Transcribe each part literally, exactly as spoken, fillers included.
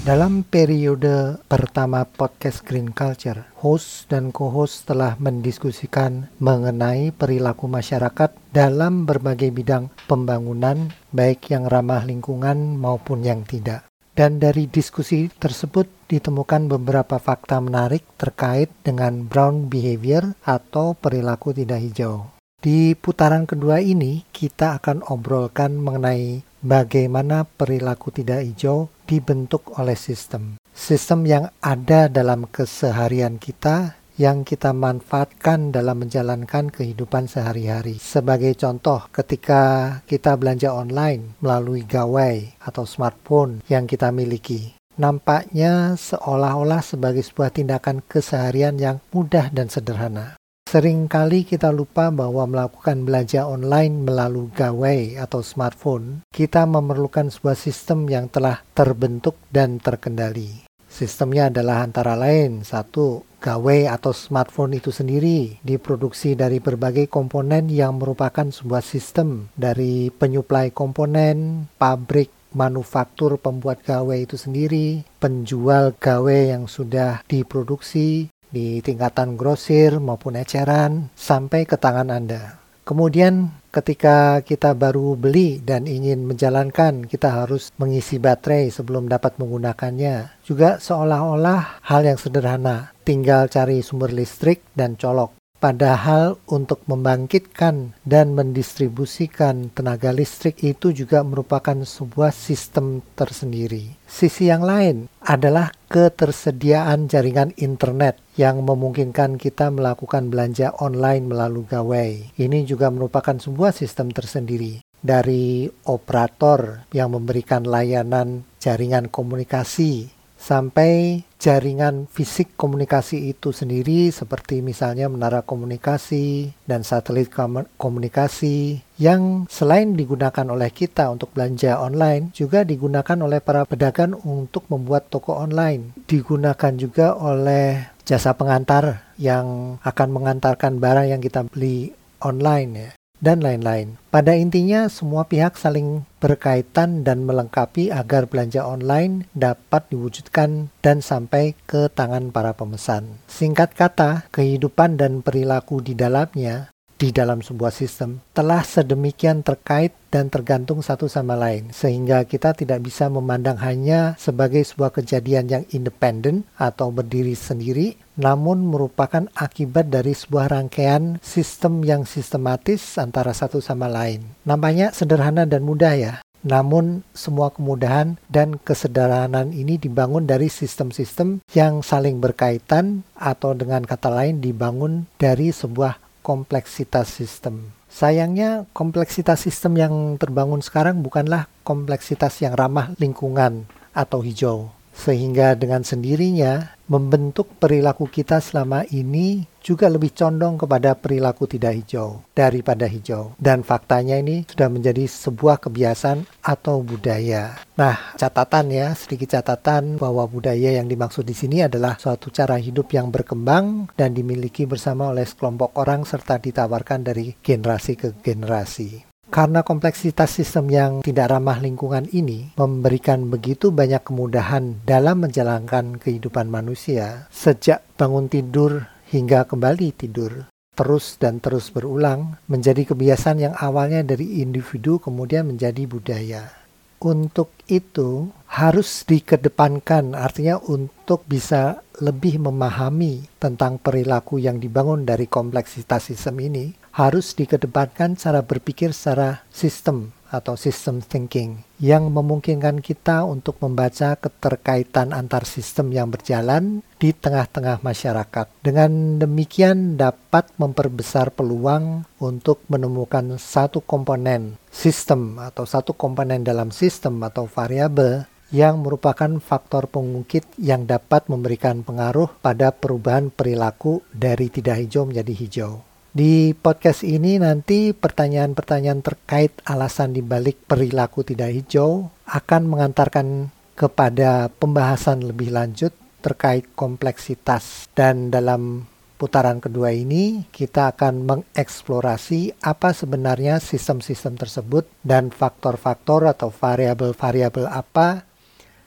Dalam periode pertama podcast Green Culture, host dan co-host telah mendiskusikan mengenai perilaku masyarakat dalam berbagai bidang pembangunan, baik yang ramah lingkungan maupun yang tidak. Dan dari diskusi tersebut ditemukan beberapa fakta menarik terkait dengan brown behavior atau perilaku tidak hijau. Di putaran kedua ini, kita akan obrolkan mengenai bagaimana perilaku tidak hijau dibentuk oleh sistem. Sistem yang ada dalam keseharian kita, yang kita manfaatkan dalam menjalankan kehidupan sehari-hari. Sebagai contoh, ketika kita belanja online melalui gawai atau smartphone yang kita miliki, nampaknya seolah-olah sebagai sebuah tindakan keseharian yang mudah dan sederhana. Seringkali kita lupa bahwa melakukan belanja online melalui gawai atau smartphone, kita memerlukan sebuah sistem yang telah terbentuk dan terkendali. Sistemnya adalah antara lain, satu, gawai atau smartphone itu sendiri diproduksi dari berbagai komponen yang merupakan sebuah sistem dari penyuplai komponen, pabrik, manufaktur pembuat gawai itu sendiri, penjual gawai yang sudah diproduksi, di tingkatan grosir maupun eceran sampai ke tangan Anda. Kemudian ketika kita baru beli dan ingin menjalankan, kita harus mengisi baterai sebelum dapat menggunakannya. Juga seolah-olah hal yang sederhana, tinggal cari sumber listrik dan colok. Padahal untuk membangkitkan dan mendistribusikan tenaga listrik itu juga merupakan sebuah sistem tersendiri. Sisi yang lain adalah ketersediaan jaringan internet yang memungkinkan kita melakukan belanja online melalui gawai. Ini juga merupakan sebuah sistem tersendiri. Dari operator yang memberikan layanan jaringan komunikasi sampai jaringan fisik komunikasi itu sendiri seperti misalnya menara komunikasi dan satelit komunikasi yang selain digunakan oleh kita untuk belanja online juga digunakan oleh para pedagang untuk membuat toko online. Digunakan juga oleh jasa pengantar yang akan mengantarkan barang yang kita beli online ya, dan lain-lain. Pada intinya semua pihak saling berkaitan dan melengkapi agar belanja online dapat diwujudkan dan sampai ke tangan para pemesan. Singkat kata, kehidupan dan perilaku di dalamnya, di dalam sebuah sistem, telah sedemikian terkait dan tergantung satu sama lain, sehingga kita tidak bisa memandang hanya sebagai sebuah kejadian yang independen atau berdiri sendiri, namun merupakan akibat dari sebuah rangkaian sistem yang sistematis antara satu sama lain. Nampaknya sederhana dan mudah ya, namun semua kemudahan dan kesederhanaan ini dibangun dari sistem-sistem yang saling berkaitan atau dengan kata lain dibangun dari sebuah kompleksitas sistem. Sayangnya kompleksitas sistem yang terbangun sekarang bukanlah kompleksitas yang ramah lingkungan atau hijau. Sehingga dengan sendirinya membentuk perilaku kita selama ini juga lebih condong kepada perilaku tidak hijau daripada hijau. Dan faktanya ini sudah menjadi sebuah kebiasaan atau budaya. Nah, catatan ya, sedikit catatan bahwa budaya yang dimaksud di sini adalah suatu cara hidup yang berkembang dan dimiliki bersama oleh sekelompok orang serta ditawarkan dari generasi ke generasi. Karena kompleksitas sistem yang tidak ramah lingkungan ini memberikan begitu banyak kemudahan dalam menjalankan kehidupan manusia, sejak bangun tidur hingga kembali tidur, terus dan terus berulang, menjadi kebiasaan yang awalnya dari individu kemudian menjadi budaya. Untuk itu harus dikedepankan, artinya untuk bisa lebih memahami tentang perilaku yang dibangun dari kompleksitas sistem ini, harus dikedepankan cara berpikir secara sistem atau system thinking yang memungkinkan kita untuk membaca keterkaitan antar sistem yang berjalan di tengah-tengah masyarakat. Dengan demikian dapat memperbesar peluang untuk menemukan satu komponen sistem atau satu komponen dalam sistem atau variabel yang merupakan faktor pengungkit yang dapat memberikan pengaruh pada perubahan perilaku dari tidak hijau menjadi hijau. Di podcast ini nanti pertanyaan-pertanyaan terkait alasan dibalik perilaku tidak hijau akan mengantarkan kepada pembahasan lebih lanjut terkait kompleksitas. Dan dalam putaran kedua ini kita akan mengeksplorasi apa sebenarnya sistem-sistem tersebut dan faktor-faktor atau variabel-variabel apa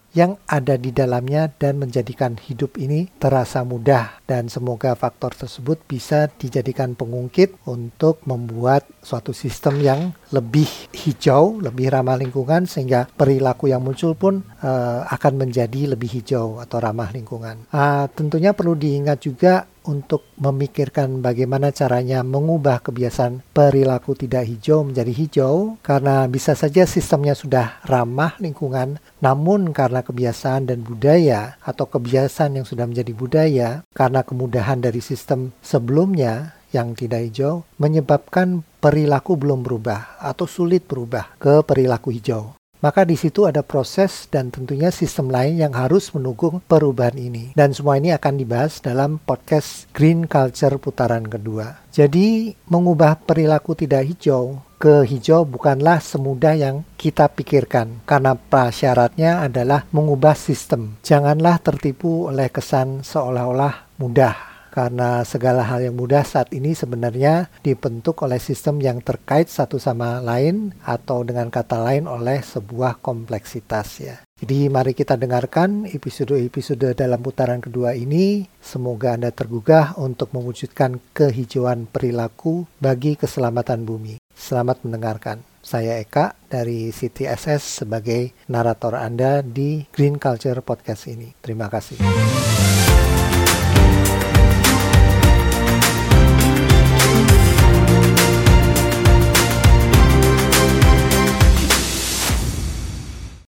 yang ada di dalamnya dan menjadikan hidup ini terasa mudah, dan semoga faktor tersebut bisa dijadikan pengungkit untuk membuat suatu sistem yang lebih hijau, lebih ramah lingkungan, sehingga perilaku yang muncul pun uh, akan menjadi lebih hijau atau ramah lingkungan. Uh, tentunya perlu diingat juga untuk memikirkan bagaimana caranya mengubah kebiasaan perilaku tidak hijau menjadi hijau, karena bisa saja sistemnya sudah ramah lingkungan, namun karena kebiasaan dan budaya atau kebiasaan yang sudah menjadi budaya, karena kemudahan dari sistem sebelumnya yang tidak hijau, menyebabkan perilaku belum berubah atau sulit berubah ke perilaku hijau. Maka di situ ada proses dan tentunya sistem lain yang harus mendukung perubahan ini. Dan semua ini akan dibahas dalam podcast Green Culture putaran kedua. Jadi mengubah perilaku tidak hijau ke hijau bukanlah semudah yang kita pikirkan, karena prasyaratnya adalah mengubah sistem. Janganlah tertipu oleh kesan seolah-olah mudah, karena segala hal yang mudah saat ini sebenarnya dibentuk oleh sistem yang terkait satu sama lain, atau dengan kata lain oleh sebuah kompleksitas ya. Jadi mari kita dengarkan episode-episode dalam putaran kedua ini. Semoga Anda tergugah untuk mewujudkan kehijauan perilaku bagi keselamatan bumi. Selamat mendengarkan. Saya Eka dari C T S S sebagai narator Anda di Green Culture Podcast ini. Terima kasih.